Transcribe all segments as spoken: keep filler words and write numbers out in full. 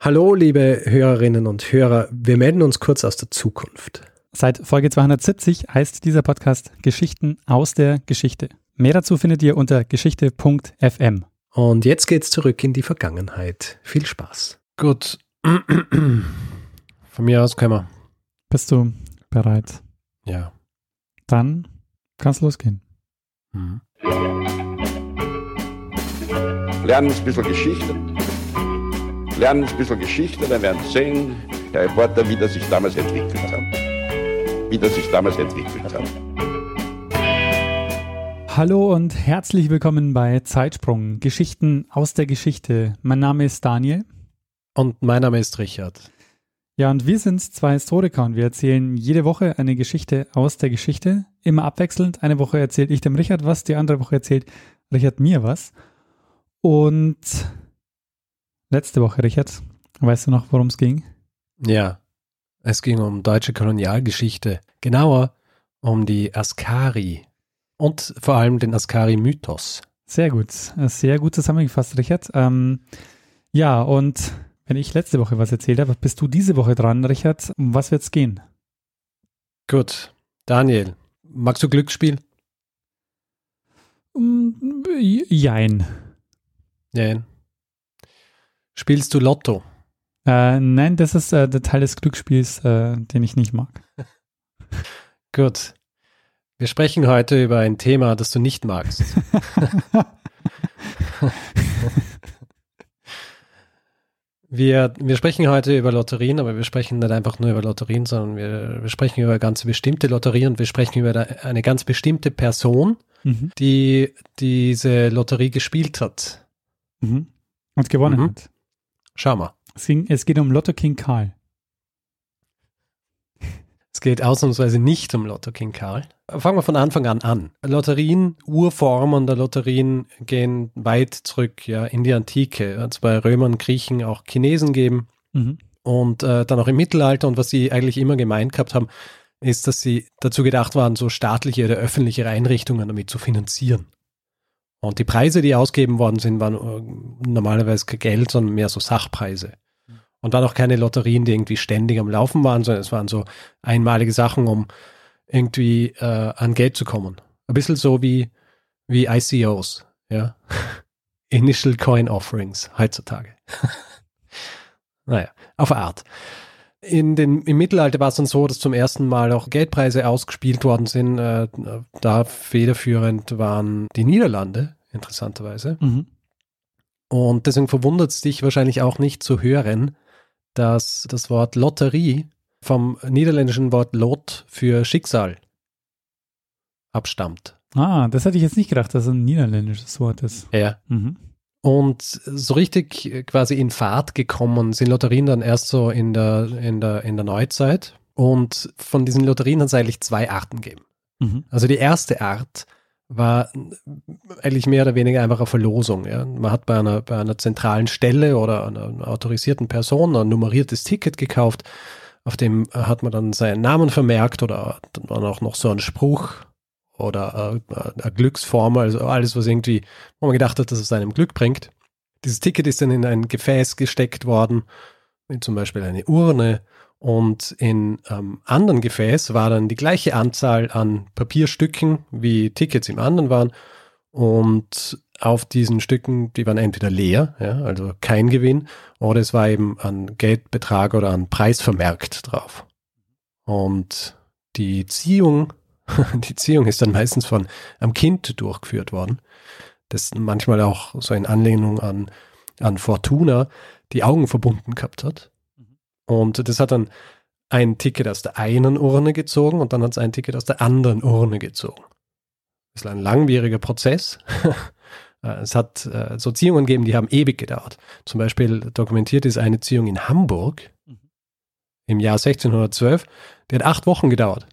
Hallo, liebe Hörerinnen und Hörer, wir melden uns kurz aus der Zukunft. Seit Folge zweihundertsiebzig heißt dieser Podcast Geschichten aus der Geschichte. Mehr dazu findet ihr unter geschichte punkt f m. Und jetzt geht's zurück in die Vergangenheit. Viel Spaß. Gut. Von mir aus können wir. Bist du bereit? Ja. Dann kann's losgehen. Mhm. Lernen ein bisschen Geschichte. Lernen ein bisschen Geschichte, dann werden Sie sehen, Herr Reporter, wie das sich damals entwickelt hat. Wie das sich damals entwickelt hat. Hallo und herzlich willkommen bei Zeitsprung, Geschichten aus der Geschichte. Mein Name ist Daniel. Und mein Name ist Richard. Ja, und wir sind zwei Historiker und wir erzählen jede Woche eine Geschichte aus der Geschichte. Immer abwechselnd. Eine Woche erzählt ich dem Richard was, die andere Woche erzählt Richard mir was. Und letzte Woche, Richard, weißt du noch, worum es ging? Ja, es ging um deutsche Kolonialgeschichte. Genauer um die Askari und vor allem den Askari-Mythos. Sehr gut, sehr gut zusammengefasst, Richard. Ähm, ja, und wenn ich letzte Woche was erzählt habe, bist du diese Woche dran, Richard. Um was wird's gehen? Gut, Daniel, magst du Glücksspiel? Um, jein. Jein. Spielst du Lotto? Äh, nein, das ist äh, der Teil des Glücksspiels, äh, den ich nicht mag. Gut. Wir sprechen heute über ein Thema, das du nicht magst. wir, wir sprechen heute über Lotterien, aber wir sprechen nicht einfach nur über Lotterien, sondern wir, wir sprechen über ganz bestimmte Lotterien und wir sprechen über eine ganz bestimmte Person, mhm. die diese Lotterie gespielt hat. Mhm. Und gewonnen mhm. hat. Schau mal. Es, ging, es geht um Lotto King Karl. Es geht ausnahmsweise nicht um Lotto King Karl. Fangen wir von Anfang an an. Lotterien, Urformen der Lotterien gehen weit zurück, ja, in die Antike. Es bei Römern, Griechen, auch Chinesen geben. Mhm. Und äh, dann auch im Mittelalter. Und was sie eigentlich immer gemeint gehabt haben, ist, dass sie dazu gedacht waren, so staatliche oder öffentliche Einrichtungen damit zu finanzieren. Und die Preise, die ausgegeben worden sind, waren normalerweise kein Geld, sondern mehr so Sachpreise. Und waren auch keine Lotterien, die irgendwie ständig am Laufen waren, sondern es waren so einmalige Sachen, um irgendwie äh, an Geld zu kommen. Ein bisschen so wie, wie I C Os, ja. Initial Coin Offerings heutzutage. Naja, auf eine Art. In den, im Mittelalter war es dann so, dass zum ersten Mal auch Geldpreise ausgespielt worden sind. Äh, da federführend waren die Niederlande, interessanterweise. Mhm. Und deswegen verwundert es dich wahrscheinlich auch nicht zu hören, dass das Wort Lotterie vom niederländischen Wort Lot für Schicksal abstammt. Ah, das hätte ich jetzt nicht gedacht, dass es ein niederländisches Wort ist. Ja. Mhm. Und so richtig quasi in Fahrt gekommen sind Lotterien dann erst so in der, in der, in der Neuzeit. Und von diesen Lotterien hat es eigentlich zwei Arten gegeben. Mhm. Also die erste Art war eigentlich mehr oder weniger einfach eine Verlosung. Ja. Man hat bei einer, bei einer zentralen Stelle oder einer autorisierten Person ein nummeriertes Ticket gekauft, auf dem hat man dann seinen Namen vermerkt oder dann auch noch so einen Spruch oder äh, eine Glücksformel, also alles, was irgendwie, wo man gedacht hat, dass es einem Glück bringt. Dieses Ticket ist dann in ein Gefäß gesteckt worden, wie zum Beispiel eine Urne, und in einem anderen Gefäß war dann die gleiche Anzahl an Papierstücken, wie Tickets im anderen waren, und auf diesen Stücken, die waren entweder leer, ja, also kein Gewinn, oder es war eben ein Geldbetrag oder ein Preis vermerkt drauf. Und die Ziehung Die Ziehung ist dann meistens von einem Kind durchgeführt worden, das manchmal auch so in Anlehnung an, an Fortuna die Augen verbunden gehabt hat. Und das hat dann ein Ticket aus der einen Urne gezogen und dann hat es ein Ticket aus der anderen Urne gezogen. Das ist ein langwieriger Prozess. Es hat äh, so Ziehungen gegeben, die haben ewig gedauert. Zum Beispiel dokumentiert ist eine Ziehung in Hamburg im Jahr sechzehnhundertzwölf, die hat acht Wochen gedauert.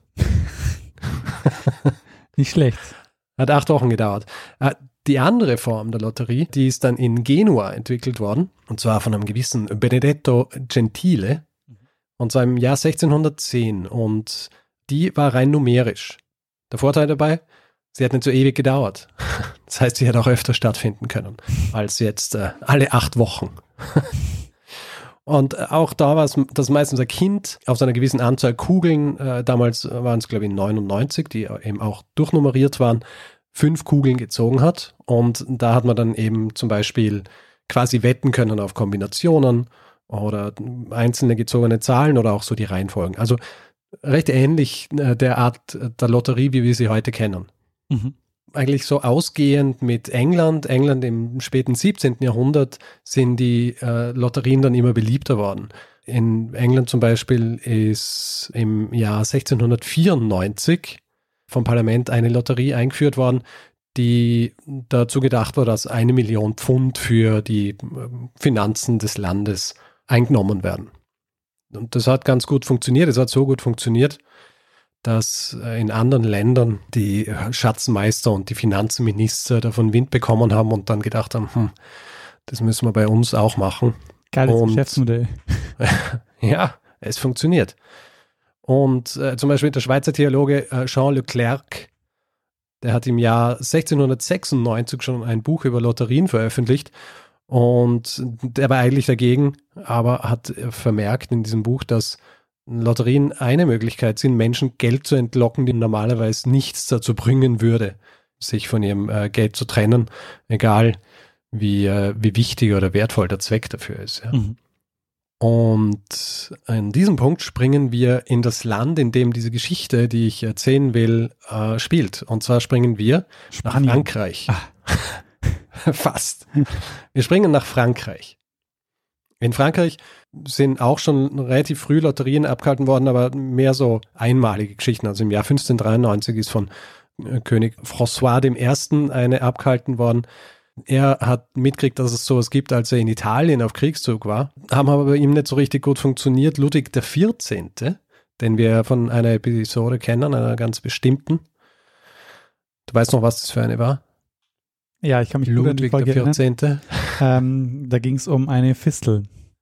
Nicht schlecht. Hat acht Wochen gedauert. Die andere Form der Lotterie, die ist dann in Genua entwickelt worden, und zwar von einem gewissen Benedetto Gentile, und zwar im Jahr sechzehnhundertzehn, und die war rein numerisch. Der Vorteil dabei, sie hat nicht so ewig gedauert. Das heißt, sie hätte auch öfter stattfinden können, als jetzt äh, alle acht Wochen. Und auch da war es, dass meistens ein Kind aus einer gewissen Anzahl Kugeln, äh, damals waren es glaube ich neunundneunzig, die eben auch durchnummeriert waren, fünf Kugeln gezogen hat. Und da hat man dann eben zum Beispiel quasi wetten können auf Kombinationen oder einzelne gezogene Zahlen oder auch so die Reihenfolgen. Also recht ähnlich äh, der Art der Lotterie, wie wir sie heute kennen. Mhm. Eigentlich so ausgehend mit England. England im späten siebzehnten Jahrhundert sind die äh, Lotterien dann immer beliebter worden. In England zum Beispiel ist im Jahr sechzehnhundertvierundneunzig vom Parlament eine Lotterie eingeführt worden, die dazu gedacht war, dass eine Million Pfund für die Finanzen des Landes eingenommen werden. Und das hat ganz gut funktioniert. Es hat so gut funktioniert, dass in anderen Ländern die Schatzmeister und die Finanzminister davon Wind bekommen haben und dann gedacht haben, hm, das müssen wir bei uns auch machen. Geiles und, Geschäftsmodell. Ja, es funktioniert. Und äh, zum Beispiel der Schweizer Theologe äh, Jean Leclerc, der hat im Jahr sechzehnhundertsechsundneunzig schon ein Buch über Lotterien veröffentlicht und der war eigentlich dagegen, aber hat vermerkt in diesem Buch, dass Lotterien eine Möglichkeit sind, Menschen Geld zu entlocken, die normalerweise nichts dazu bringen würde, sich von ihrem äh, Geld zu trennen, egal wie, äh, wie wichtig oder wertvoll der Zweck dafür ist. Ja. Mhm. Und an diesem Punkt springen wir in das Land, in dem diese Geschichte, die ich erzählen will, äh, spielt. Und zwar springen wir Spanien. Nach Frankreich. Fast. Wir springen nach Frankreich. In Frankreich sind auch schon relativ früh Lotterien abgehalten worden, aber mehr so einmalige Geschichten. Also im Jahr fünfzehnhundertdreiundneunzig ist von König François der Erste eine abgehalten worden. Er hat mitgekriegt, dass es sowas gibt, als er in Italien auf Kriegszug war. Haben aber bei ihm nicht so richtig gut funktioniert. Ludwig der Vierzehnte, den wir von einer Episode kennen, einer ganz bestimmten. Du weißt noch, was das für eine war? Ja, ich kann mich gut an die Folge Ludwig der Vierzehnte. Ähm, da ging es um eine Fistel.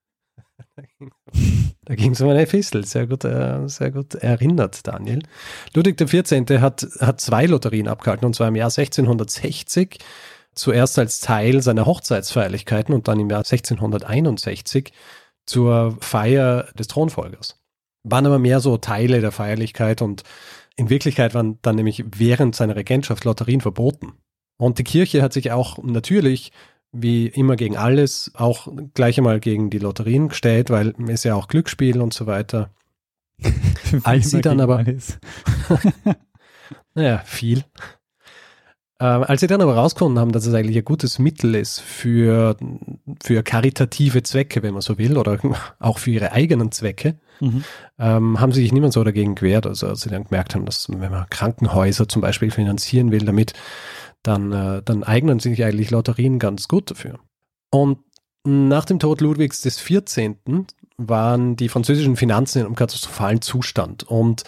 Da ging es um eine Fistel. Sehr gut, äh, sehr gut erinnert, Daniel. Ludwig der Vierzehnte hat, hat zwei Lotterien abgehalten, und zwar im Jahr sechzehnhundertsechzig, zuerst als Teil seiner Hochzeitsfeierlichkeiten und dann im Jahr sechzehnhunderteinundsechzig zur Feier des Thronfolgers. Waren aber mehr so Teile der Feierlichkeit und in Wirklichkeit waren dann nämlich während seiner Regentschaft Lotterien verboten. Und die Kirche hat sich auch natürlich, wie immer gegen alles, auch gleich einmal gegen die Lotterien gestellt, weil es ja auch Glücksspiel und so weiter. Als sie dann aber, naja, viel. Ähm, als sie dann aber rausgefunden haben, dass es eigentlich ein gutes Mittel ist für, für karitative Zwecke, wenn man so will, oder auch für ihre eigenen Zwecke, mhm. ähm, haben sie sich niemand so dagegen gewehrt. Also als sie dann gemerkt haben, dass wenn man Krankenhäuser zum Beispiel finanzieren will damit, dann, äh, dann eignen sich eigentlich Lotterien ganz gut dafür. Und nach dem Tod Ludwigs des Vierzehnten waren die französischen Finanzen in einem katastrophalen Zustand. Und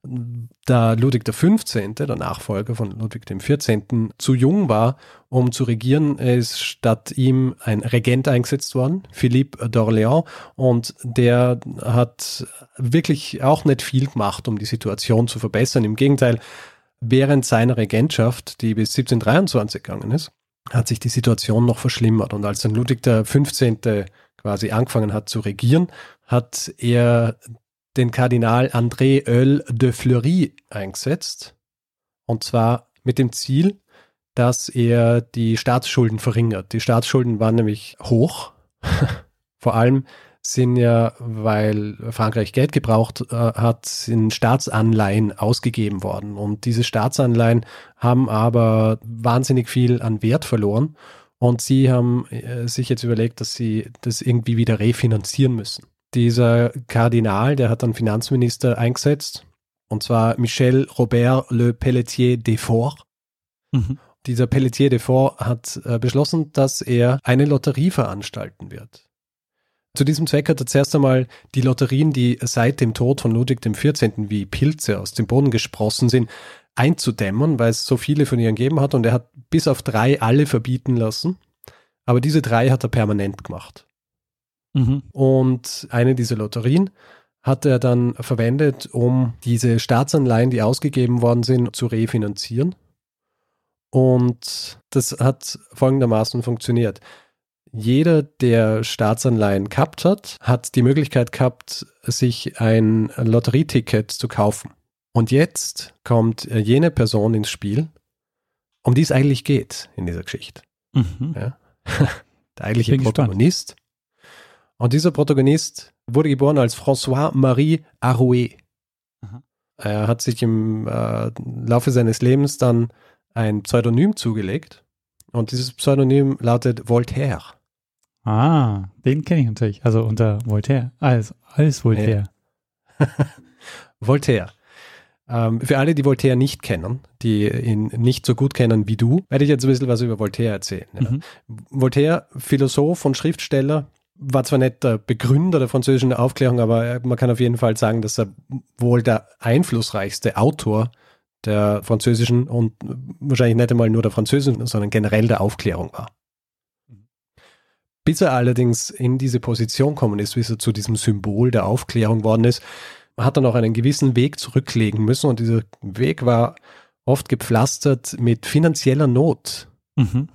da Ludwig der Fünfzehnte, der Nachfolger von Ludwig dem Vierzehnten, zu jung war, um zu regieren, ist statt ihm ein Regent eingesetzt worden, Philippe d'Orléans, und der hat wirklich auch nicht viel gemacht, um die Situation zu verbessern. Im Gegenteil, während seiner Regentschaft, die bis siebzehnhundertdreiundzwanzig gegangen ist, hat sich die Situation noch verschlimmert. Und als dann Ludwig der Fünfzehnte quasi angefangen hat zu regieren, hat er den Kardinal André Eöl de Fleury eingesetzt. Und zwar mit dem Ziel, dass er die Staatsschulden verringert. Die Staatsschulden waren nämlich hoch. Vor allem sind ja, weil Frankreich Geld gebraucht äh, hat, sind Staatsanleihen ausgegeben worden. Und diese Staatsanleihen haben aber wahnsinnig viel an Wert verloren. Und sie haben äh, sich jetzt überlegt, dass sie das irgendwie wieder refinanzieren müssen. Dieser Kardinal, der hat dann Finanzminister eingesetzt, und zwar Michel Robert Le Pelletier de Fort. Mhm. Dieser Pelletier de Fort hat äh, beschlossen, dass er eine Lotterie veranstalten wird. Zu diesem Zweck hat er zuerst einmal die Lotterien, die seit dem Tod von Ludwig dem Vierzehnten wie Pilze aus dem Boden gesprossen sind, einzudämmen, weil es so viele von ihnen gegeben hat, und er hat bis auf drei alle verbieten lassen. Aber diese drei hat er permanent gemacht. Mhm. Und eine dieser Lotterien hat er dann verwendet, um diese Staatsanleihen, die ausgegeben worden sind, zu refinanzieren. Und das hat folgendermaßen funktioniert. jeder, der Staatsanleihen gehabt hat, hat die Möglichkeit gehabt, sich ein Lotterieticket zu kaufen. Und jetzt kommt jene Person ins Spiel, um die es eigentlich geht in dieser Geschichte. Mhm. Ja? Der eigentliche Protagonist. Gespannt. Und dieser Protagonist wurde geboren als François-Marie Arouet. Aha. Er hat sich im äh, Laufe seines Lebens dann ein Pseudonym zugelegt. Und dieses Pseudonym lautet Voltaire. Ah, den kenne ich natürlich. Also unter Voltaire. Als, als Voltaire. Ja. Voltaire. Ähm, für alle, die Voltaire nicht kennen, die ihn nicht so gut kennen wie du, werde ich jetzt ein bisschen was über Voltaire erzählen. Ja. Mhm. Voltaire, Philosoph und Schriftsteller, war zwar nicht der Begründer der französischen Aufklärung, aber man kann auf jeden Fall sagen, dass er wohl der einflussreichste Autor der französischen und wahrscheinlich nicht einmal nur der französischen, sondern generell der Aufklärung war. Bis er allerdings in diese Position gekommen ist, bis er zu diesem Symbol der Aufklärung geworden ist, hat er noch einen gewissen Weg zurücklegen müssen und dieser Weg war oft gepflastert mit finanzieller Not. Mhm.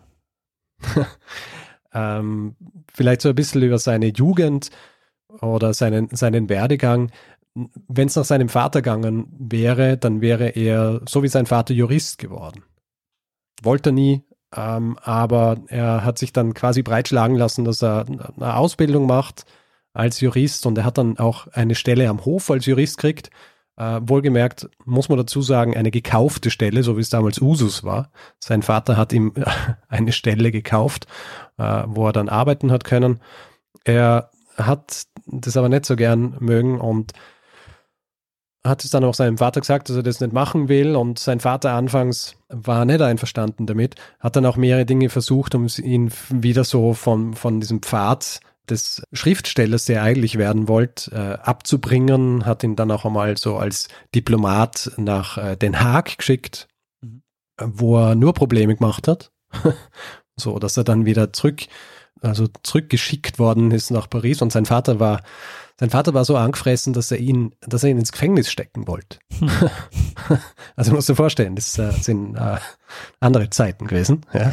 ähm, vielleicht so ein bisschen über seine Jugend oder seinen, seinen Werdegang. Wenn es nach seinem Vater gegangen wäre, dann wäre er, so wie sein Vater, Jurist geworden. Wollte er nie, ähm, aber er hat sich dann quasi breitschlagen lassen, dass er eine Ausbildung macht als Jurist und er hat dann auch eine Stelle am Hof als Jurist gekriegt. Äh, wohlgemerkt, muss man dazu sagen, eine gekaufte Stelle, so wie es damals Usus war. Sein Vater hat ihm eine Stelle gekauft, äh, wo er dann arbeiten hat können. Er hat das aber nicht so gern mögen und hat es dann auch seinem Vater gesagt, dass er das nicht machen will und sein Vater anfangs war nicht einverstanden damit, hat dann auch mehrere Dinge versucht, um ihn wieder so von, von diesem Pfad des Schriftstellers, der er eigentlich werden wollte, äh, abzubringen, hat ihn dann auch einmal so als Diplomat nach äh, Den Haag geschickt, mhm. wo er nur Probleme gemacht hat, so dass er dann wieder zurück, also zurückgeschickt worden ist nach Paris und sein Vater war Sein Vater war so angefressen, dass er ihn, dass er ihn ins Gefängnis stecken wollte. Hm. Also musst du dir vorstellen, das äh, sind äh, andere Zeiten gewesen. Ja.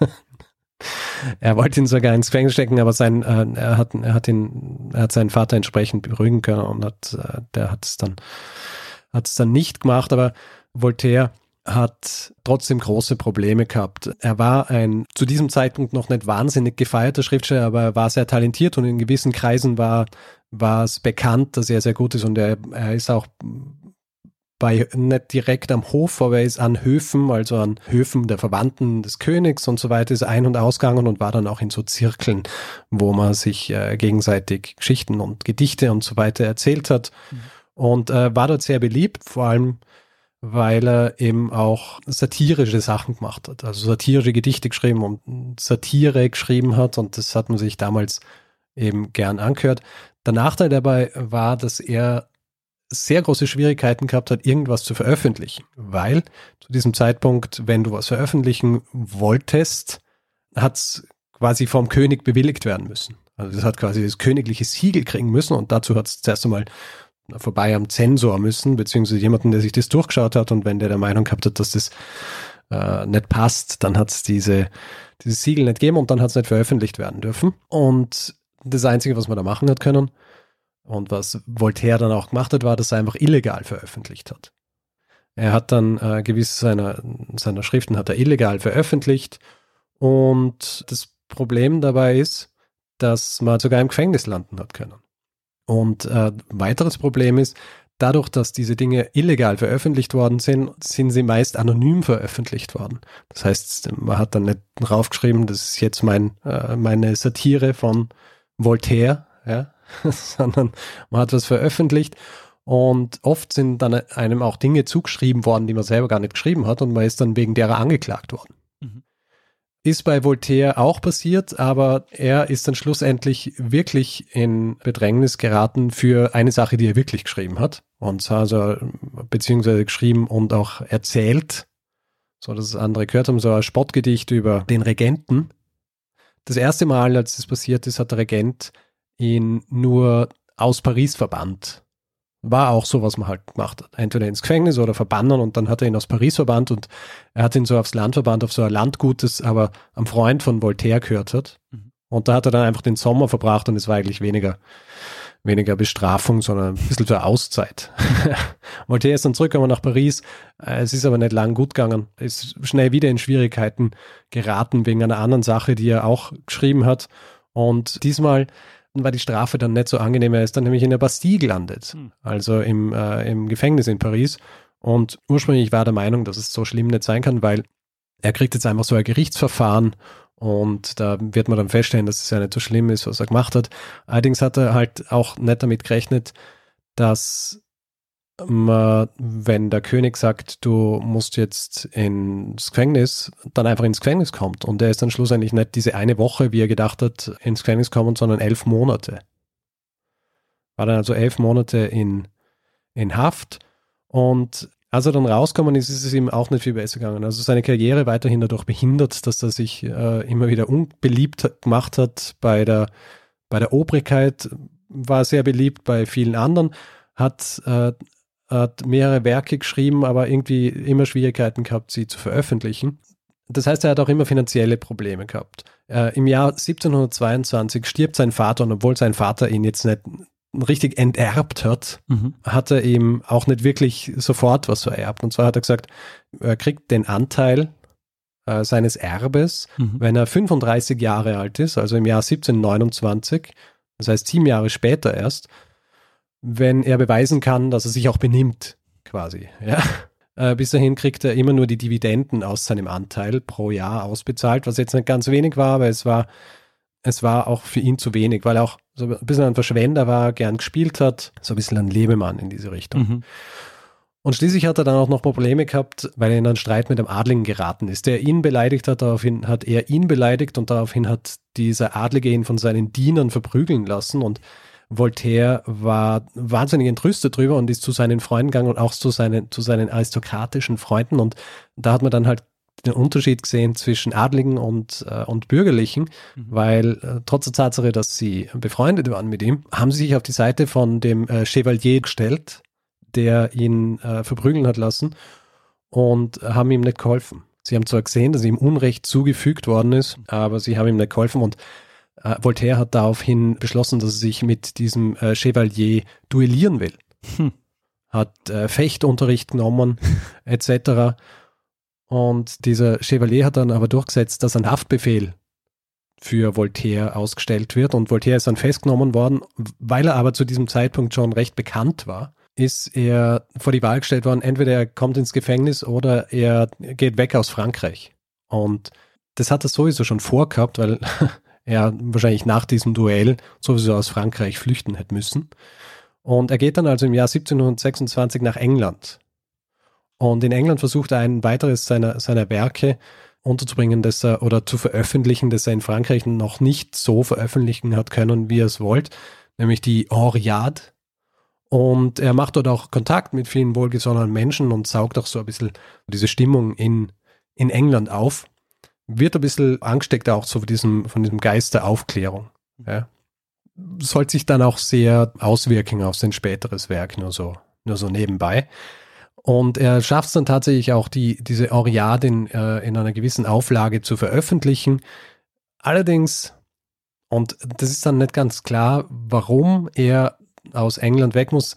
Er wollte ihn sogar ins Gefängnis stecken, aber sein, äh, er hat, er hat ihn, er hat seinen Vater entsprechend beruhigen können und hat, äh, der hat es dann, hat es dann nicht gemacht. Aber Voltaire hat trotzdem große Probleme gehabt. Er war ein zu diesem Zeitpunkt noch nicht wahnsinnig gefeierter Schriftsteller, aber er war sehr talentiert und in gewissen Kreisen war war es bekannt, dass er sehr gut ist und er, er ist auch bei, nicht direkt am Hof, aber er ist an Höfen, also an Höfen der Verwandten des Königs und so weiter, ist ein- und ausgegangen und war dann auch in so Zirkeln, wo man sich äh, gegenseitig Geschichten und Gedichte und so weiter erzählt hat mhm. und äh, war dort sehr beliebt, vor allem weil er eben auch satirische Sachen gemacht hat, also satirische Gedichte geschrieben und Satire geschrieben hat und das hat man sich damals eben gern angehört. Der Nachteil dabei war, dass er sehr große Schwierigkeiten gehabt hat, irgendwas zu veröffentlichen, weil zu diesem Zeitpunkt, wenn du was veröffentlichen wolltest, hat es quasi vom König bewilligt werden müssen. Also das hat quasi das königliche Siegel kriegen müssen und dazu hat es zuerst einmal vorbei am Zensor müssen, beziehungsweise jemanden, der sich das durchgeschaut hat und wenn der der Meinung gehabt hat, dass das äh, nicht passt, dann hat es diese, dieses Siegel nicht gegeben und dann hat es nicht veröffentlicht werden dürfen. Und das Einzige, was man da machen hat können und was Voltaire dann auch gemacht hat, war, dass er einfach illegal veröffentlicht hat. Er hat dann äh, gewisse seiner, seiner Schriften hat er illegal veröffentlicht und das Problem dabei ist, dass man sogar im Gefängnis landen hat können. Und äh, weiteres Problem ist, dadurch, dass diese Dinge illegal veröffentlicht worden sind, sind sie meist anonym veröffentlicht worden. Das heißt, man hat dann nicht draufgeschrieben, das ist jetzt mein, äh, meine Satire von Voltaire, ja, sondern man hat was veröffentlicht und oft sind dann einem auch Dinge zugeschrieben worden, die man selber gar nicht geschrieben hat und man ist dann wegen derer angeklagt worden. Mhm. Ist bei Voltaire auch passiert, aber er ist dann schlussendlich wirklich in Bedrängnis geraten für eine Sache, die er wirklich geschrieben hat und zwar also, beziehungsweise geschrieben und auch erzählt, so dass andere gehört haben, so ein Spottgedicht über den Regenten. Das erste Mal, als das passiert ist, hat der Regent ihn nur aus Paris verbannt. War auch so, was man halt gemacht hat. Entweder ins Gefängnis oder verbannen und dann hat er ihn aus Paris verbannt und er hat ihn so aufs Land verbannt, auf so ein Landgut, das aber am Freund von Voltaire gehört hat. Mhm. Und da hat er dann einfach den Sommer verbracht und es war eigentlich weniger, weniger Bestrafung, sondern ein bisschen zur Auszeit. Voltaire ist dann zurückgekommen nach Paris. Es ist aber nicht lang gut gegangen. Ist schnell wieder in Schwierigkeiten geraten wegen einer anderen Sache, die er auch geschrieben hat. Und diesmal war die Strafe dann nicht so angenehm. Er ist dann nämlich in der Bastille gelandet, hm. also im, äh, im Gefängnis in Paris. Und ursprünglich war er der Meinung, dass es so schlimm nicht sein kann, weil er kriegt jetzt einfach so ein Gerichtsverfahren und da wird man dann feststellen, dass es ja nicht so schlimm ist, was er gemacht hat. Allerdings hat er halt auch nicht damit gerechnet, dass man, wenn der König sagt, du musst jetzt ins Gefängnis, dann einfach ins Gefängnis kommt. Und er ist dann schlussendlich nicht diese eine Woche, wie er gedacht hat, ins Gefängnis kommen, sondern elf Monate. War dann also elf Monate in, in Haft. Und als er dann rausgekommen ist, ist es ihm auch nicht viel besser gegangen. Also seine Karriere weiterhin dadurch behindert, dass er sich äh, immer wieder unbeliebt gemacht hat. Bei der, bei der Obrigkeit war er sehr beliebt, bei vielen anderen. Hat, äh, hat mehrere Werke geschrieben, aber irgendwie immer Schwierigkeiten gehabt, sie zu veröffentlichen. Das heißt, er hat auch immer finanzielle Probleme gehabt. Äh, Im Jahr siebzehnhundertzweiundzwanzig stirbt sein Vater und obwohl sein Vater ihn jetzt nicht richtig enterbt hat, mhm. hat er ihm auch nicht wirklich sofort was vererbt. Und zwar hat er gesagt, er kriegt den Anteil äh, seines Erbes, mhm. wenn er fünfunddreißig Jahre alt ist, also im Jahr siebzehnhundertneunundzwanzig, das heißt sieben Jahre später erst, wenn er beweisen kann, dass er sich auch benimmt, quasi. Ja? Äh, bis dahin kriegt er immer nur die Dividenden aus seinem Anteil pro Jahr ausbezahlt, was jetzt nicht ganz wenig war, aber es war Es war auch für ihn zu wenig, weil er auch so ein bisschen ein Verschwender war, gern gespielt hat, so ein bisschen ein Lebemann in diese Richtung. Mhm. Und schließlich hat er dann auch noch Probleme gehabt, weil er in einen Streit mit einem Adligen geraten ist, der ihn beleidigt hat, daraufhin hat er ihn beleidigt und daraufhin hat dieser Adlige ihn von seinen Dienern verprügeln lassen und Voltaire war wahnsinnig entrüstet drüber und ist zu seinen Freunden gegangen und auch zu seinen, zu seinen aristokratischen Freunden und da hat man dann halt den Unterschied gesehen zwischen Adligen und, äh, und Bürgerlichen, mhm. weil äh, trotz der Tatsache, dass sie befreundet waren mit ihm, haben sie sich auf die Seite von dem äh, Chevalier gestellt, der ihn äh, verprügeln hat lassen und haben ihm nicht geholfen. Sie haben zwar gesehen, dass ihm Unrecht zugefügt worden ist, aber sie haben ihm nicht geholfen und äh, Voltaire hat daraufhin beschlossen, dass er sich mit diesem äh, Chevalier duellieren will. Hm. Hat äh, Fechtunterricht genommen, et cetera. Und dieser Chevalier hat dann aber durchgesetzt, dass ein Haftbefehl für Voltaire ausgestellt wird. Und Voltaire ist dann festgenommen worden, weil er aber zu diesem Zeitpunkt schon recht bekannt war, ist er vor die Wahl gestellt worden, entweder er kommt ins Gefängnis oder er geht weg aus Frankreich. Und das hat er sowieso schon vorgehabt, weil er wahrscheinlich nach diesem Duell sowieso aus Frankreich flüchten hätte müssen. Und er geht dann also im Jahr siebzehnhundertsechsundzwanzig nach England. Und in England versucht er ein weiteres seiner, seiner Werke unterzubringen, das er, oder zu veröffentlichen, das er in Frankreich noch nicht so veröffentlichen hat können, wie er es wollte, nämlich die Henriade. Und er macht dort auch Kontakt mit vielen wohlgesonnenen Menschen und saugt auch so ein bisschen diese Stimmung in, in England auf. Wird ein bisschen angesteckt auch so von diesem, von diesem Geist der Aufklärung. Ja. Sollte sich dann auch sehr auswirken auf sein späteres Werk, nur so, nur so nebenbei. Und er schafft es dann tatsächlich auch, die, diese Henriade in, äh, in einer gewissen Auflage zu veröffentlichen. Allerdings, und das ist dann nicht ganz klar, warum er aus England weg muss,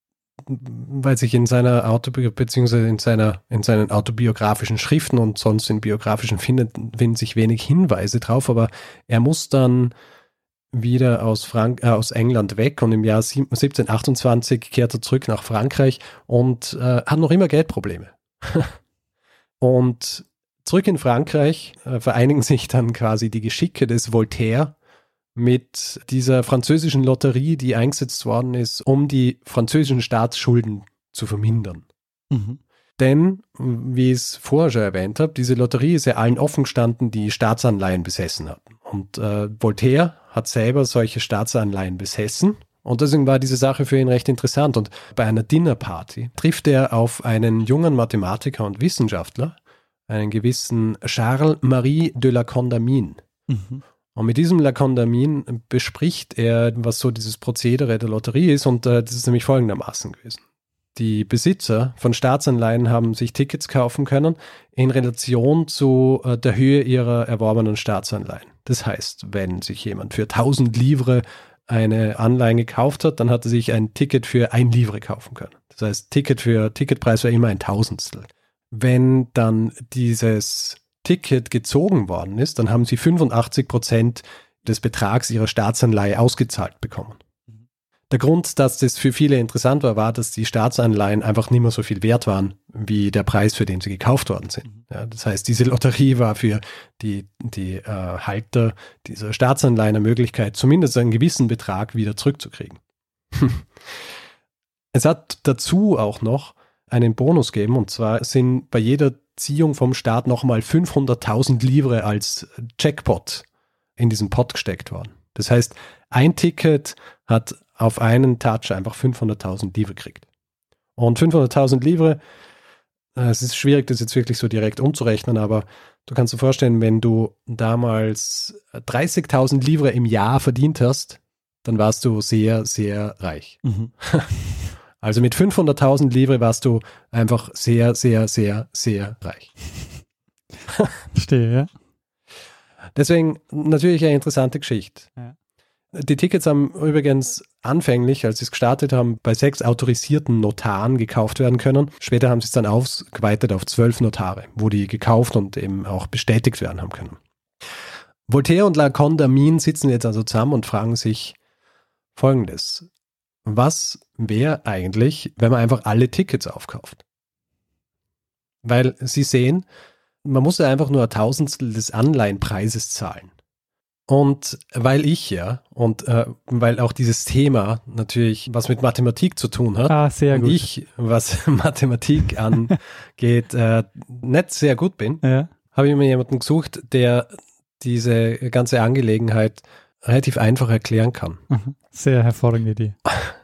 weil sich in seiner Autobi- beziehungsweise in seiner, in seinen autobiografischen Schriften und sonst in biografischen finden, finden sich wenig Hinweise drauf, aber er muss dann wieder aus, Frank- äh, aus England weg und im Jahr siebzehnhundertachtundzwanzig kehrt er zurück nach Frankreich und äh, hat noch immer Geldprobleme. Und zurück in Frankreich äh, vereinigen sich dann quasi die Geschicke des Voltaire mit dieser französischen Lotterie, die eingesetzt worden ist, um die französischen Staatsschulden zu vermindern. Mhm. Denn, wie ich es vorher schon erwähnt habe, diese Lotterie ist ja allen offen gestanden, die Staatsanleihen besessen hatten. Und äh, Voltaire hat selber solche Staatsanleihen besessen und deswegen war diese Sache für ihn recht interessant. Und bei einer Dinnerparty trifft er auf einen jungen Mathematiker und Wissenschaftler, einen gewissen Charles-Marie de la Condamine. Mhm. Und mit diesem La Condamine bespricht er, was so dieses Prozedere der Lotterie ist und äh, das ist nämlich folgendermaßen gewesen. die Besitzer von Staatsanleihen haben sich Tickets kaufen können in Relation zu äh, der Höhe ihrer erworbenen Staatsanleihen. Das heißt, wenn sich jemand für tausend Livre eine Anleihe gekauft hat, dann hat er sich ein Ticket für ein Livre kaufen können. Das heißt, Ticket für Ticketpreis war immer ein Tausendstel. Wenn dann dieses Ticket gezogen worden ist, dann haben sie fünfundachtzig Prozent des Betrags ihrer Staatsanleihe ausgezahlt bekommen. Der Grund, dass das für viele interessant war, war, dass die Staatsanleihen einfach nicht mehr so viel wert waren, wie der Preis, für den sie gekauft worden sind. Ja, das heißt, diese Lotterie war für die, die äh, Halter dieser Staatsanleihen eine Möglichkeit, zumindest einen gewissen Betrag wieder zurückzukriegen. Es hat dazu auch noch einen Bonus gegeben, und zwar sind bei jeder Ziehung vom Staat nochmal fünfhunderttausend Livre als Jackpot in diesen Pot gesteckt worden. Das heißt, ein Ticket hat auf einen Touch einfach fünfhunderttausend Livre gekriegt. Und fünfhunderttausend Livre, es ist schwierig, das jetzt wirklich so direkt umzurechnen, aber du kannst dir vorstellen, wenn du damals dreißigtausend Livre im Jahr verdient hast, dann warst du sehr, sehr reich. Mhm. Also mit fünfhunderttausend Livre warst du einfach sehr, sehr, sehr, sehr reich. Verstehe, ja. Deswegen natürlich eine interessante Geschichte. Ja. Die Tickets haben übrigens anfänglich, als sie es gestartet haben, bei sechs autorisierten Notaren gekauft werden können. Später haben sie es dann ausgeweitet auf zwölf Notare, wo die gekauft und eben auch bestätigt werden haben können. Voltaire und La Condamine sitzen jetzt also zusammen und fragen sich Folgendes. Was wäre eigentlich, wenn man einfach alle Tickets aufkauft? Weil sie sehen, man muss ja einfach nur ein Tausendstel des Anleihenpreises zahlen. Und weil ich ja, und äh, weil auch dieses Thema natürlich was mit Mathematik zu tun hat, ah, sehr gut. und ich, was Mathematik angeht, äh, nicht sehr gut bin, ja. habe ich mir jemanden gesucht, der diese ganze Angelegenheit relativ einfach erklären kann. Sehr hervorragende Idee.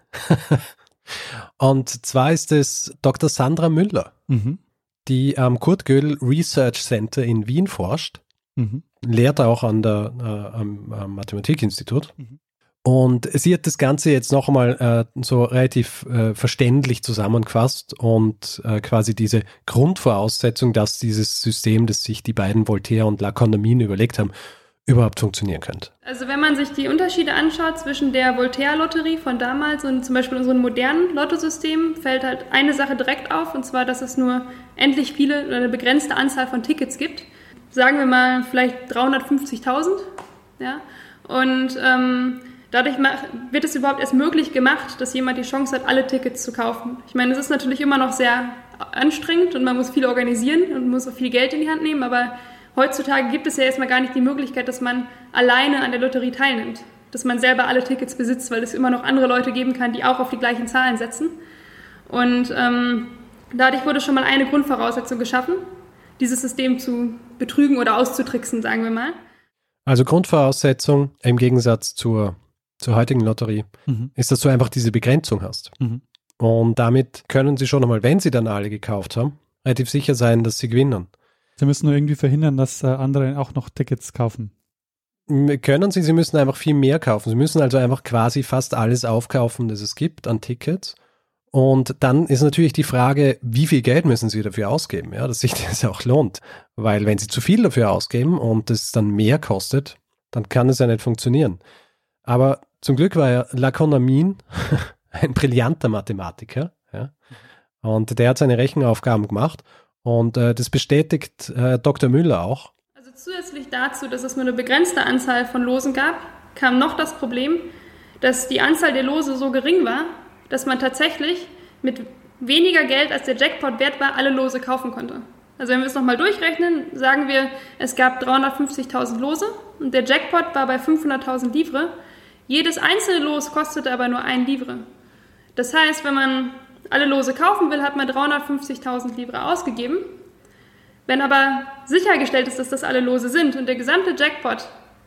Und zwar ist es Doktor Sandra Müller, mhm. die am Kurt Gödel Research Center in Wien forscht. Mhm. Lehrt auch an der, äh, am, am Mathematikinstitut. Mhm. Und sie hat das Ganze jetzt noch einmal äh, so relativ äh, verständlich zusammengefasst und äh, quasi diese Grundvoraussetzung, dass dieses System, das sich die beiden Voltaire und La Condamine überlegt haben, überhaupt funktionieren könnte. Also wenn man sich die Unterschiede anschaut zwischen der Voltaire-Lotterie von damals und zum Beispiel unserem modernen Lottosystem, fällt halt eine Sache direkt auf, und zwar, dass es nur endlich viele oder eine begrenzte Anzahl von Tickets gibt. Sagen wir mal vielleicht dreihundertfünfzigtausend. Ja? Und ähm, dadurch wird es überhaupt erst möglich gemacht, dass jemand die Chance hat, alle Tickets zu kaufen. Ich meine, es ist natürlich immer noch sehr anstrengend und man muss viel organisieren und muss auch viel Geld in die Hand nehmen, aber heutzutage gibt es ja erstmal gar nicht die Möglichkeit, dass man alleine an der Lotterie teilnimmt, dass man selber alle Tickets besitzt, weil es immer noch andere Leute geben kann, die auch auf die gleichen Zahlen setzen. Und ähm, dadurch wurde schon mal eine Grundvoraussetzung geschaffen, dieses System zu betrügen oder auszutricksen, sagen wir mal. Also Grundvoraussetzung im Gegensatz zur, zur heutigen Lotterie mhm. ist, dass du einfach diese Begrenzung hast. Mhm. Und damit können sie schon einmal, wenn sie dann alle gekauft haben, relativ sicher sein, dass sie gewinnen. Sie müssen nur irgendwie verhindern, dass äh, andere auch noch Tickets kaufen. Können sie, sie müssen einfach viel mehr kaufen. Sie müssen also einfach quasi fast alles aufkaufen, das es gibt an Tickets. Und dann ist natürlich die Frage, wie viel Geld müssen sie dafür ausgeben, ja, dass sich das auch lohnt. Weil wenn sie zu viel dafür ausgeben und es dann mehr kostet, dann kann es ja nicht funktionieren. Aber zum Glück war ja La Condamine ein brillanter Mathematiker, ja, und der hat seine Rechenaufgaben gemacht und äh, das bestätigt äh, Doktor Müller auch. Also zusätzlich dazu, dass es nur eine begrenzte Anzahl von Losen gab, kam noch das Problem, dass die Anzahl der Lose so gering war, dass man tatsächlich mit weniger Geld, als der Jackpot wert war, alle Lose kaufen konnte. Also wenn wir es nochmal durchrechnen, sagen wir, es gab dreihundertfünfzigtausend Lose und der Jackpot war bei fünfhunderttausend Livre. Jedes einzelne Los kostete aber nur ein Livre. Das heißt, wenn man alle Lose kaufen will, hat man dreihundertfünfzigtausend Livre ausgegeben. Wenn aber sichergestellt ist, dass das alle Lose sind und der gesamte Jackpot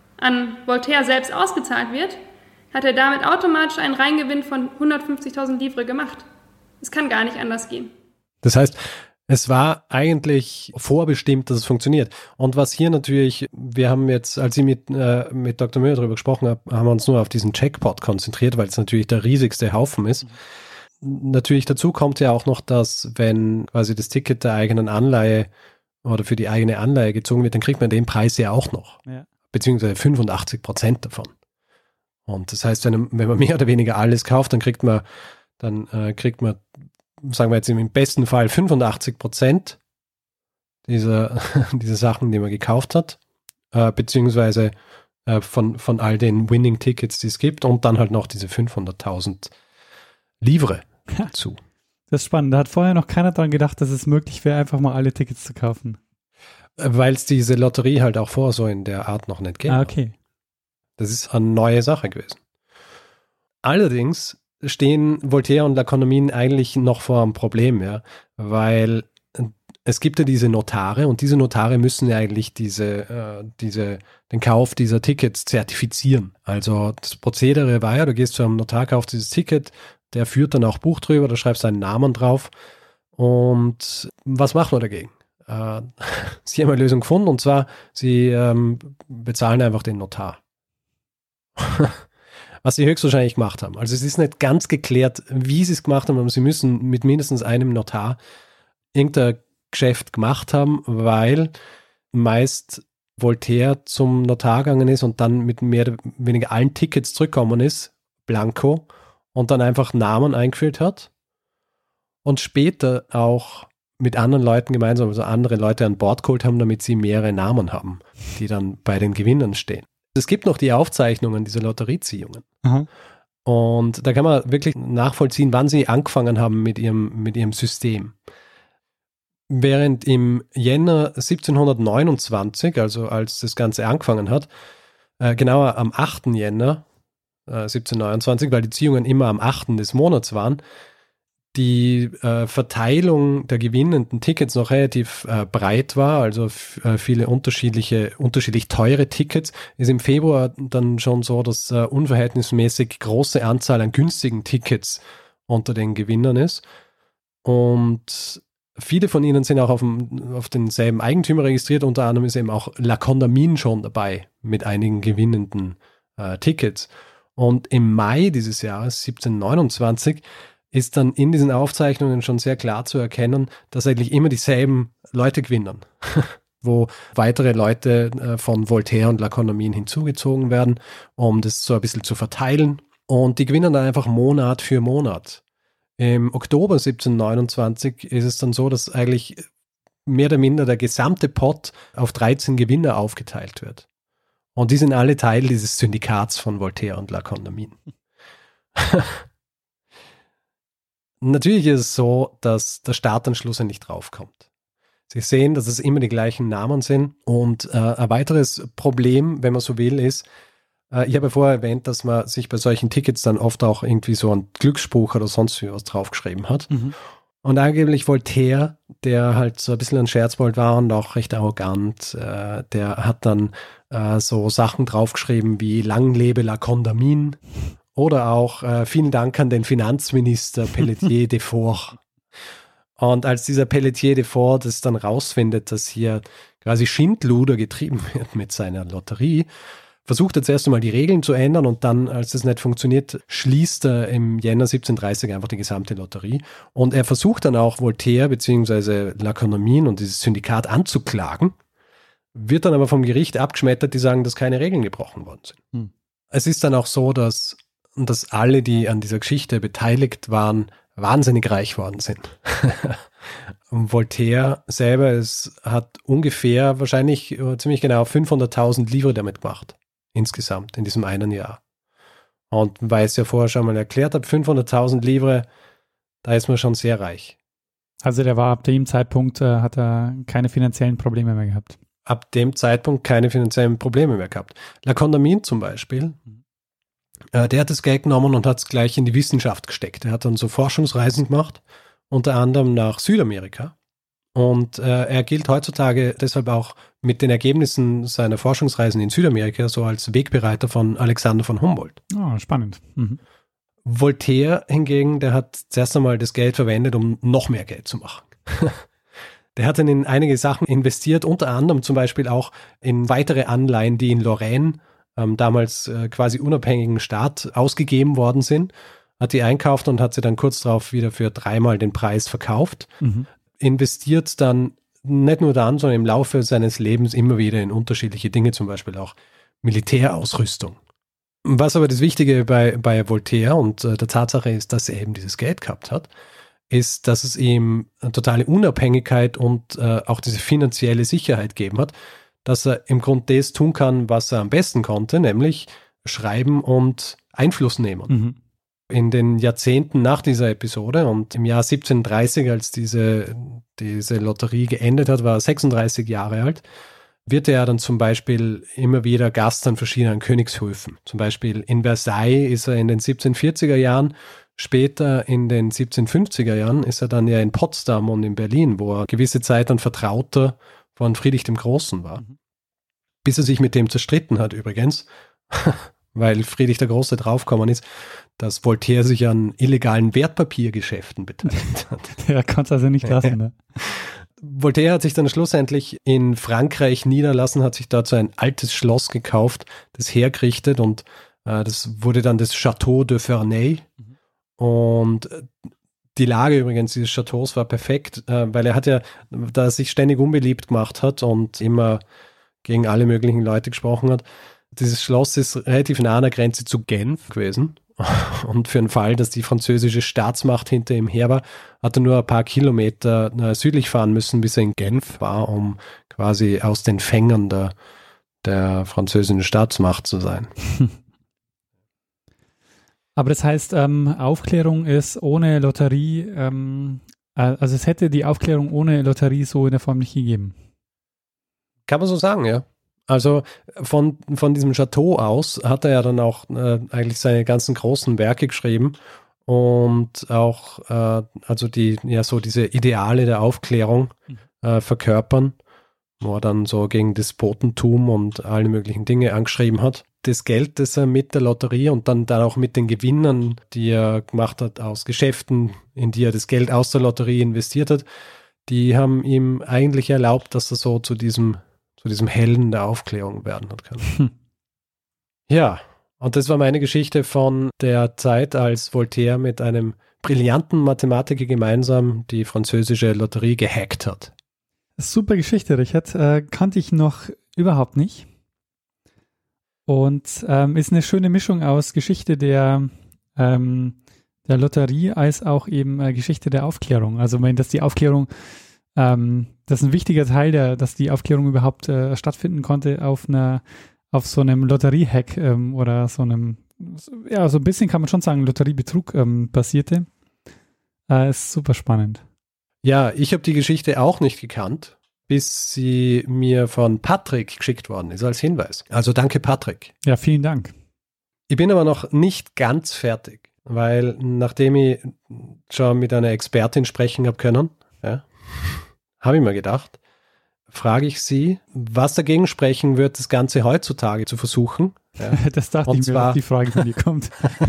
an Voltaire selbst ausgezahlt wird, hat er damit automatisch einen Reingewinn von hundertfünfzigtausend Livre gemacht. Es kann gar nicht anders gehen. Das heißt, es war eigentlich vorbestimmt, dass es funktioniert. Und was hier natürlich, wir haben jetzt, als ich mit, äh, mit Doktor Müller darüber gesprochen habe, haben wir uns nur auf diesen Jackpot konzentriert, weil es natürlich der riesigste Haufen ist. natürlich dazu kommt ja auch noch, dass wenn quasi das Ticket der eigenen Anleihe oder für die eigene Anleihe gezogen wird, dann kriegt man den Preis ja auch noch. Ja. Beziehungsweise fünfundachtzig Prozent davon. Und das heißt, wenn, wenn man mehr oder weniger alles kauft, dann kriegt man, dann äh, kriegt man, sagen wir jetzt im besten Fall fünfundachtzig Prozent dieser, dieser Sachen, die man gekauft hat, äh, beziehungsweise äh, von, von all den Winning-Tickets, die es gibt, und dann halt noch diese fünfhunderttausend Livre zu. Das ist spannend. Da hat vorher noch keiner dran gedacht, dass es möglich wäre, einfach mal alle Tickets zu kaufen. Weil es diese Lotterie halt auch vorher so in der Art noch nicht gab. Ah, okay. Das ist eine neue Sache gewesen. Allerdings stehen Voltaire und L'Economie eigentlich noch vor einem Problem, ja, weil es gibt ja diese Notare und diese Notare müssen ja eigentlich diese, äh, diese, den Kauf dieser Tickets zertifizieren. Also das Prozedere war ja, du gehst zu einem Notar, kaufst dieses Ticket, der führt dann auch Buch drüber, da schreibst deinen Namen drauf. Und was machen wir dagegen? Äh, sie haben eine Lösung gefunden, und zwar, sie ähm, bezahlen einfach den Notar. Was sie höchstwahrscheinlich gemacht haben. Also es ist nicht ganz geklärt, wie sie es gemacht haben, aber sie müssen mit mindestens einem Notar irgendein Geschäft gemacht haben, weil meist Voltaire zum Notar gegangen ist und dann mit mehr oder weniger allen Tickets zurückgekommen ist, blanko, und dann einfach Namen eingeführt hat und später auch mit anderen Leuten gemeinsam, also andere Leute an Bord geholt haben, damit sie mehrere Namen haben, die dann bei den Gewinnern stehen. Es gibt noch die Aufzeichnungen dieser Lotterieziehungen. Mhm. Und da kann man wirklich nachvollziehen, wann sie angefangen haben mit ihrem, mit ihrem System. Während im Jänner siebzehnhundertneunundzwanzig, also als das Ganze angefangen hat, äh, genauer am achten Jänner äh, siebzehnhundertneunundzwanzig, weil die Ziehungen immer am achten des Monats waren, die äh, Verteilung der gewinnenden Tickets noch relativ äh, breit war, also f- äh, viele unterschiedliche, unterschiedlich teure Tickets, ist im Februar dann schon so, dass äh, unverhältnismäßig große Anzahl an günstigen Tickets unter den Gewinnern ist. Und viele von ihnen sind auch auf, dem, auf denselben Eigentümer registriert, unter anderem ist eben auch L'Economie schon dabei mit einigen gewinnenden äh, Tickets. Und im Mai dieses Jahres, siebzehnhundertneunundzwanzig, ist dann in diesen Aufzeichnungen schon sehr klar zu erkennen, dass eigentlich immer dieselben Leute gewinnen, wo weitere Leute äh, von Voltaire und L'Economie hinzugezogen werden, um das so ein bisschen zu verteilen. Und die gewinnen dann einfach Monat für Monat. Im Oktober siebzehnhundertneunundzwanzig ist es dann so, dass eigentlich mehr oder minder der gesamte Pot auf dreizehn Gewinner aufgeteilt wird. Und die sind alle Teil dieses Syndikats von Voltaire und L'Economie. Natürlich ist es so, dass der Staat dann schlussendlich draufkommt. Sie sehen, dass es immer die gleichen Namen sind. Und äh, ein weiteres Problem, wenn man so will, ist, äh, ich habe ja vorher erwähnt, dass man sich bei solchen Tickets dann oft auch irgendwie so einen Glücksspruch oder sonst was draufgeschrieben hat. Mhm. Und angeblich Voltaire, der halt so ein bisschen ein Scherzbold war und auch recht arrogant, äh, der hat dann äh, so Sachen draufgeschrieben wie Lang lebe L'Economie. Oder auch äh, vielen Dank an den Finanzminister Pelletier de Fort. Und als dieser Pelletier de Fort das dann rausfindet, dass hier quasi Schindluder getrieben wird mit seiner Lotterie, versucht er zuerst einmal die Regeln zu ändern und dann, als das nicht funktioniert, schließt er im Jänner siebzehnhundertdreißig einfach die gesamte Lotterie. Und er versucht dann auch Voltaire bzw. L'Economie und dieses Syndikat anzuklagen, wird dann aber vom Gericht abgeschmettert, die sagen, dass keine Regeln gebrochen worden sind. Hm. Es ist dann auch so, dass und dass alle, die an dieser Geschichte beteiligt waren, wahnsinnig reich worden sind. Voltaire selber ist, hat ungefähr, wahrscheinlich ziemlich genau fünfhunderttausend Livre damit gemacht, insgesamt in diesem einen Jahr. Und weil ich es ja vorher schon mal erklärt habe, fünfhunderttausend Livre, da ist man schon sehr reich. Also der war ab dem Zeitpunkt, äh, hat er keine finanziellen Probleme mehr gehabt. Ab dem Zeitpunkt keine finanziellen Probleme mehr gehabt. L'Economie zum Beispiel, der hat das Geld genommen und hat es gleich in die Wissenschaft gesteckt. Er hat dann so Forschungsreisen gemacht, unter anderem nach Südamerika. Und äh, er gilt heutzutage deshalb auch mit den Ergebnissen seiner Forschungsreisen in Südamerika so als Wegbereiter von Alexander von Humboldt. Oh, spannend. Mhm. Voltaire hingegen, der hat zuerst einmal das Geld verwendet, um noch mehr Geld zu machen. Der hat dann in einige Sachen investiert, unter anderem zum Beispiel auch in weitere Anleihen, die in Lorraine, ähm, damals äh, quasi unabhängigen Staat, ausgegeben worden sind. hat die einkauft und hat sie dann kurz darauf wieder für dreimal den Preis verkauft. Mhm. Investiert dann nicht nur dann, sondern im Laufe seines Lebens immer wieder in unterschiedliche Dinge, zum Beispiel auch Militärausrüstung. Was aber das Wichtige bei, bei Voltaire und äh, der Tatsache ist, dass er eben dieses Geld gehabt hat, ist, dass es ihm eine totale Unabhängigkeit und äh, auch diese finanzielle Sicherheit gegeben hat, dass er im Grunde das tun kann, was er am besten konnte, nämlich schreiben und Einfluss nehmen. Mhm. In den Jahrzehnten nach dieser Episode und im Jahr siebzehnhundertdreißig, als diese, diese Lotterie geendet hat, war er sechsunddreißig Jahre alt, wird er dann zum Beispiel immer wieder Gast an verschiedenen Königshöfen. Zum Beispiel in Versailles ist er in den siebzehnhundertvierziger Jahren, später in den siebzehnhundertfünfziger Jahren ist er dann ja in Potsdam und in Berlin, wo er gewisse Zeit ein Vertrauter von Friedrich dem Großen war. Mhm. Bis er sich mit dem zerstritten hat übrigens, weil Friedrich der Große draufgekommen ist, dass Voltaire sich an illegalen Wertpapiergeschäften beteiligt hat. Er konnte es also nicht lassen, ne? Voltaire hat sich dann schlussendlich in Frankreich niederlassen, hat sich dort so ein altes Schloss gekauft, das hergerichtet und äh, das wurde dann das Château de Ferney. Mhm. Und die Lage übrigens dieses Chateaus war perfekt, äh, weil er hat ja, da er sich ständig unbeliebt gemacht hat und immer gegen alle möglichen Leute gesprochen hat, dieses Schloss ist relativ nah an der Grenze zu Genf gewesen. Und für den Fall, dass die französische Staatsmacht hinter ihm her war, hat er nur ein paar Kilometer südlich fahren müssen, bis er in Genf war, um quasi aus den Fängern der, der französischen Staatsmacht zu sein. Aber das heißt, ähm, Aufklärung ist ohne Lotterie, ähm, also es hätte die Aufklärung ohne Lotterie so in der Form nicht gegeben. Kann man so sagen, ja. Also von, von diesem Chateau aus hat er ja dann auch äh, eigentlich seine ganzen großen Werke geschrieben und auch äh, also die, ja so diese Ideale der Aufklärung äh, verkörpern, wo er dann so gegen Despotentum und alle möglichen Dinge angeschrieben hat. Das Geld, das er mit der Lotterie und dann, dann auch mit den Gewinnern, die er gemacht hat aus Geschäften, in die er das Geld aus der Lotterie investiert hat, die haben ihm eigentlich erlaubt, dass er so zu diesem zu diesem Helden der Aufklärung werden hat können. Hm. Ja, und das war meine Geschichte von der Zeit, als Voltaire mit einem brillanten Mathematiker gemeinsam die französische Lotterie gehackt hat. Super Geschichte, Richard. Äh, kannte ich noch überhaupt nicht. Und ähm, ist eine schöne Mischung aus Geschichte der, ähm, der Lotterie als auch eben äh, Geschichte der Aufklärung. Also wenn das die Aufklärung Ähm, das ist ein wichtiger Teil, der, dass die Aufklärung überhaupt äh, stattfinden konnte auf einer, auf so einem Lotterie-Hack ähm, oder so einem, ja, so ein bisschen kann man schon sagen, Lotteriebetrug ähm, basierte. Äh, ist super spannend. Ja, ich habe die Geschichte auch nicht gekannt, bis sie mir von Patrick geschickt worden ist als Hinweis. Also danke, Patrick. Ja, vielen Dank. Ich bin aber noch nicht ganz fertig, weil nachdem ich schon mit einer Expertin sprechen habe können, ja, habe ich mir gedacht, frage ich sie, was dagegen sprechen wird, das Ganze heutzutage zu versuchen. Ja. Das dachte und ich mir, dass die Frage von dir kommt.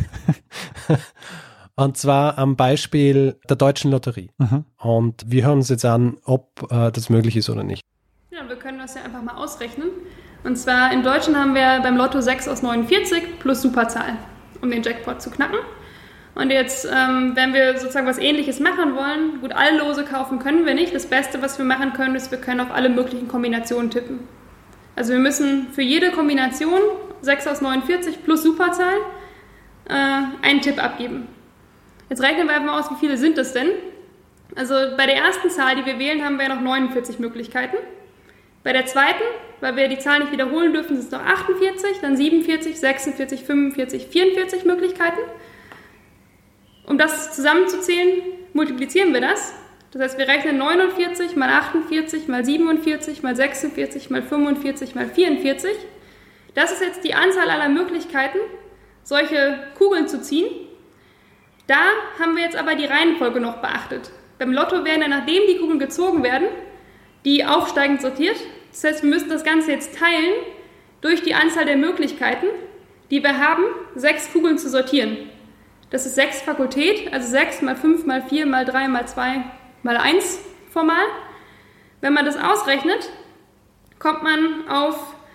Und zwar am Beispiel der Deutschen Lotterie. Aha. Und wir hören uns jetzt an, ob äh, das möglich ist oder nicht. Ja, wir können das ja einfach mal ausrechnen. Und zwar in Deutschland haben wir beim Lotto sechs aus neunundvierzig plus Superzahl, um den Jackpot zu knacken. Und jetzt, ähm, wenn wir sozusagen was Ähnliches machen wollen, gut, alle Lose kaufen können wir nicht. Das Beste, was wir machen können, ist, wir können auf alle möglichen Kombinationen tippen. Also wir müssen für jede Kombination sechs aus neunundvierzig plus Superzahl äh, einen Tipp abgeben. Jetzt rechnen wir einfach mal aus, wie viele sind das denn? Also bei der ersten Zahl, die wir wählen, haben wir ja noch neunundvierzig Möglichkeiten. Bei der zweiten, weil wir die Zahl nicht wiederholen dürfen, sind es noch achtundvierzig, dann siebenundvierzig, sechsundvierzig, fünfundvierzig, vierundvierzig Möglichkeiten. Um das zusammenzuzählen, multiplizieren wir das. Das heißt, wir rechnen neunundvierzig mal achtundvierzig mal siebenundvierzig mal sechsundvierzig mal fünfundvierzig mal vierundvierzig. Das ist jetzt die Anzahl aller Möglichkeiten, solche Kugeln zu ziehen. Da haben wir jetzt aber die Reihenfolge noch beachtet. Beim Lotto werden ja, nachdem die Kugeln gezogen werden, die aufsteigend sortiert. Das heißt, wir müssen das Ganze jetzt teilen durch die Anzahl der Möglichkeiten, die wir haben, sechs Kugeln zu sortieren. Das ist sechs Fakultät, also sechs mal fünf mal vier mal drei mal zwei mal eins formal. Wenn man das ausrechnet, kommt man auf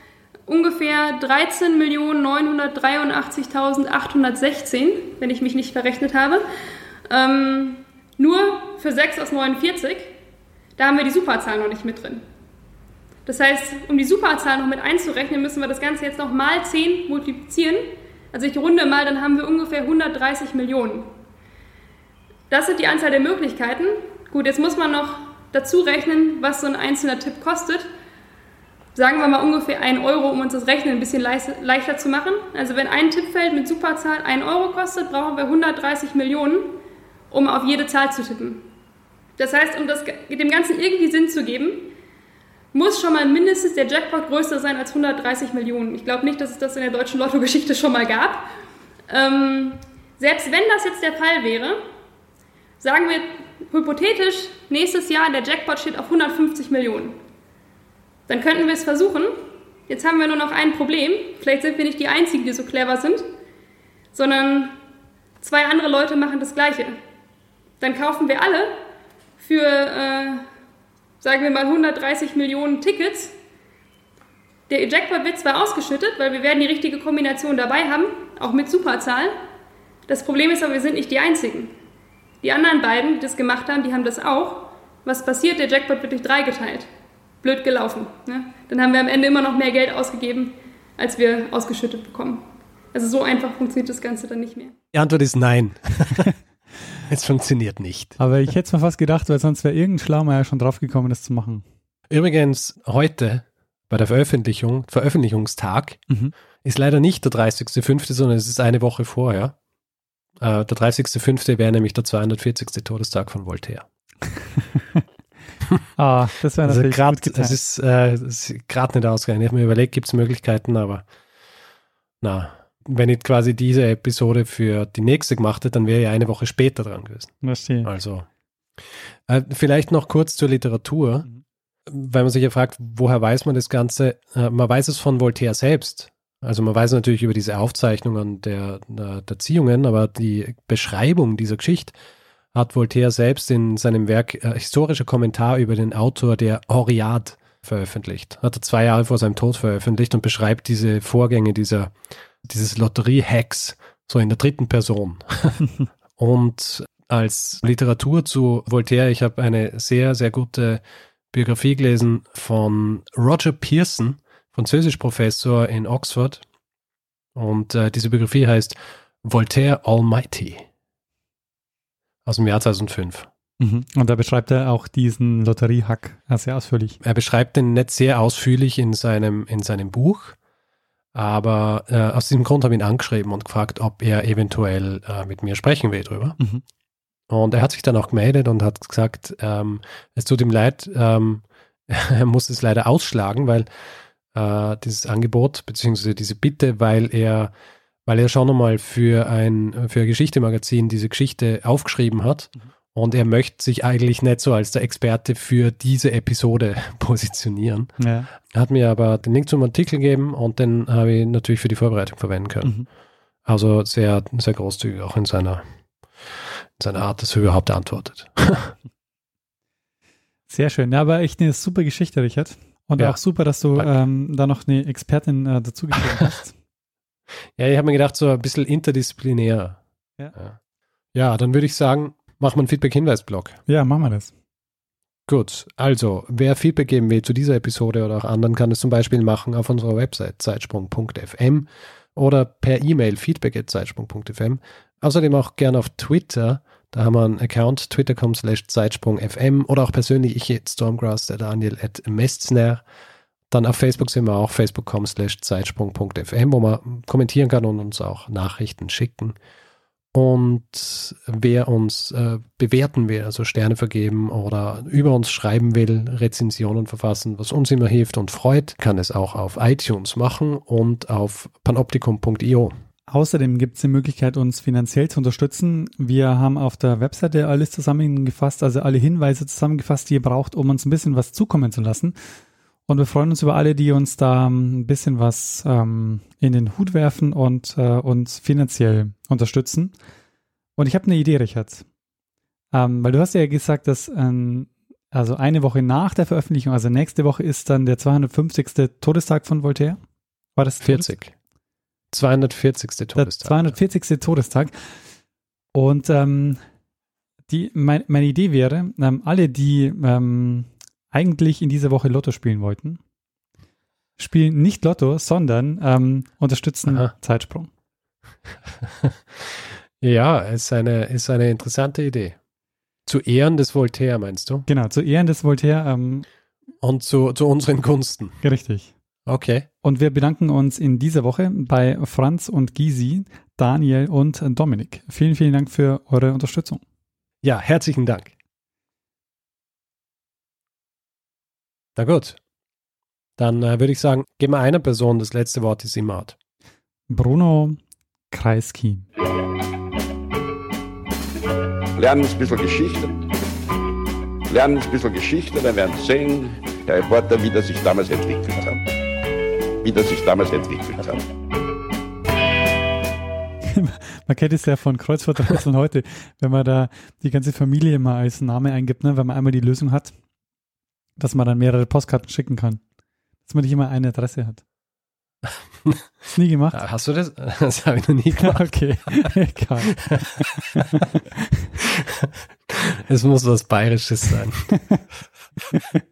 ungefähr dreizehn Millionen neunhundertdreiundachtzigtausendachthundertsechzehn, wenn ich mich nicht verrechnet habe. Ähm, nur für sechs aus neunundvierzig, da haben wir die Superzahl noch nicht mit drin. Das heißt, um die Superzahl noch mit einzurechnen, müssen wir das Ganze jetzt noch mal zehn multiplizieren. Also ich runde mal, dann haben wir ungefähr hundertdreißig Millionen. Das sind die Anzahl der Möglichkeiten. Gut, jetzt muss man noch dazu rechnen, was so ein einzelner Tipp kostet. Sagen wir mal ungefähr ein Euro, um uns das Rechnen ein bisschen leichter zu machen. Also wenn ein Tippfeld mit Superzahl ein Euro kostet, brauchen wir hundertdreißig Millionen, um auf jede Zahl zu tippen. Das heißt, um das, dem Ganzen irgendwie Sinn zu geben, muss schon mal mindestens der Jackpot größer sein als hundertdreißig Millionen. Ich glaube nicht, dass es das in der deutschen Lotto-Geschichte schon mal gab. Ähm, selbst wenn das jetzt der Fall wäre, sagen wir hypothetisch, nächstes Jahr der Jackpot steht auf hundertfünfzig Millionen. Dann könnten wir es versuchen. Jetzt haben wir nur noch ein Problem. Vielleicht sind wir nicht die Einzigen, die so clever sind, sondern zwei andere Leute machen das Gleiche. Dann kaufen wir alle für, äh, sagen wir mal, hundertdreißig Millionen Tickets. Der Jackpot wird zwar ausgeschüttet, weil wir werden die richtige Kombination dabei haben, auch mit Superzahl. Das Problem ist aber, wir sind nicht die Einzigen. Die anderen beiden, die das gemacht haben, die haben das auch. Was passiert? Der Jackpot wird durch drei geteilt. Blöd gelaufen. Ne? Dann haben wir am Ende immer noch mehr Geld ausgegeben, als wir ausgeschüttet bekommen. Also so einfach funktioniert das Ganze dann nicht mehr. Die Antwort ist nein. Es funktioniert nicht. Aber ich hätte es mir fast gedacht, weil sonst wäre irgendein Schlaumeier schon draufgekommen, das zu machen. Übrigens, heute bei der Veröffentlichung, Veröffentlichungstag, mhm. ist leider nicht der dreißigster fünfte, sondern es ist eine Woche vorher. Äh, der dreißigster fünfte wäre nämlich der zweihundertvierzigste Todestag von Voltaire. Ah, das wäre also natürlich grad, gut getan. Es ist äh, gerade nicht ausgegangen. Ich habe mir überlegt, gibt es Möglichkeiten, aber na, wenn ich quasi diese Episode für die nächste gemacht hätte, dann wäre ich eine Woche später dran gewesen. Verstehe. Also äh, vielleicht noch kurz zur Literatur, mhm. weil man sich ja fragt, woher weiß man das Ganze? Äh, man weiß es von Voltaire selbst. Also man weiß natürlich über diese Aufzeichnungen der, der, der Ziehungen, aber die Beschreibung dieser Geschichte hat Voltaire selbst in seinem Werk äh, Historischer Kommentar über den Autor der Henriade veröffentlicht. Hat er zwei Jahre vor seinem Tod veröffentlicht und beschreibt diese Vorgänge dieser, dieses Lotterie-Hacks so in der dritten Person. Und als Literatur zu Voltaire, ich habe eine sehr, sehr gute Biografie gelesen von Roger Pearson, Französischprofessor in Oxford. Und äh, diese Biografie heißt Voltaire Almighty. Aus dem Jahr zweitausendfünf. Mhm. Und da beschreibt er auch diesen Lotterie-Hack sehr ausführlich. Er beschreibt den nicht sehr ausführlich in seinem, in seinem Buch, aber äh, aus diesem Grund habe ich ihn angeschrieben und gefragt, ob er eventuell äh, mit mir sprechen will drüber. Mhm. Und er hat sich dann auch gemeldet und hat gesagt, ähm, es tut ihm leid, ähm, er muss es leider ausschlagen, weil äh, dieses Angebot beziehungsweise diese Bitte, weil er weil er schon einmal für ein, für ein Geschichte-Magazin diese Geschichte aufgeschrieben hat mhm. und er möchte sich eigentlich nicht so als der Experte für diese Episode positionieren. Ja. Er hat mir aber den Link zum Artikel gegeben und den habe ich natürlich für die Vorbereitung verwenden können. Mhm. Also sehr, sehr großzügig auch in seiner, in seiner Art, dass er überhaupt antwortet. Sehr schön. Ja, aber echt eine super Geschichte, Richard. Und ja. auch super, dass du ähm, da noch eine Expertin äh, dazugegeben hast. Ja, ich habe mir gedacht, so ein bisschen interdisziplinär. Ja, ja. ja dann würde ich sagen, machen wir einen Feedback-Hinweis-Blog. Ja, machen wir das. Gut, also, wer Feedback geben will zu dieser Episode oder auch anderen, kann es zum Beispiel machen auf unserer Website zeitsprung punkt f m oder per E-Mail feedback at zeitsprung punkt f m. Außerdem auch gerne auf Twitter, da haben wir einen Account, twitter punkt com slash zeitsprung punkt f m oder auch persönlich ich at Stormgrass, der Daniel at Mestner. Dann auf Facebook sind wir auch, facebook punkt com slash zeitsprung punkt f m, wo man kommentieren kann und uns auch Nachrichten schicken. Und wer uns äh, bewerten will, also Sterne vergeben oder über uns schreiben will, Rezensionen verfassen, was uns immer hilft und freut, kann es auch auf iTunes machen und auf panoptikum punkt i o. Außerdem gibt es die Möglichkeit, uns finanziell zu unterstützen. Wir haben auf der Webseite alles zusammengefasst, also alle Hinweise zusammengefasst, die ihr braucht, um uns ein bisschen was zukommen zu lassen. Und wir freuen uns über alle, die uns da ein bisschen was ähm, in den Hut werfen und äh, uns finanziell unterstützen. Und ich habe eine Idee, Richard. Ähm, weil du hast ja gesagt, dass ähm, also eine Woche nach der Veröffentlichung, also nächste Woche ist dann der zweihundertfünfzigste Todestag von Voltaire. War das vierzig. zweihundertvierzigste Todestag. Der zweihundertvierzigste Todestag. Und ähm, die, mein, meine Idee wäre, ähm, alle, die ähm, eigentlich in dieser Woche Lotto spielen wollten, spielen nicht Lotto, sondern ähm, unterstützen Aha. Zeitsprung. Ja, ist eine, ist eine interessante Idee. Zu Ehren des Voltaire, meinst du? Genau, zu Ehren des Voltaire. Ähm, Und zu, zu unseren Gunsten. Richtig. Okay. Und wir bedanken uns in dieser Woche bei Franz und Gysi, Daniel und Dominik. Vielen, vielen Dank für eure Unterstützung. Ja, herzlichen Dank. Na gut. Dann äh, würde ich sagen, geben wir einer Person das letzte Wort, die sie immer hat. Bruno Kreisky. Lernen ein bisschen Geschichte. Lernen ein bisschen Geschichte, dann werden Sie sehen, der Reporter, wie das sich damals entwickelt hat. Wie das sich damals entwickelt hat. Man kennt es ja von Kreuzworträtseln heute, wenn man da die ganze Familie mal als Name eingibt, ne, wenn man einmal die Lösung hat, dass man dann mehrere Postkarten schicken kann. Dass man nicht immer eine Adresse hat. Hast du nie gemacht? Hast du das? Das habe ich noch nie gemacht. Okay, egal. Es muss was Bayerisches sein.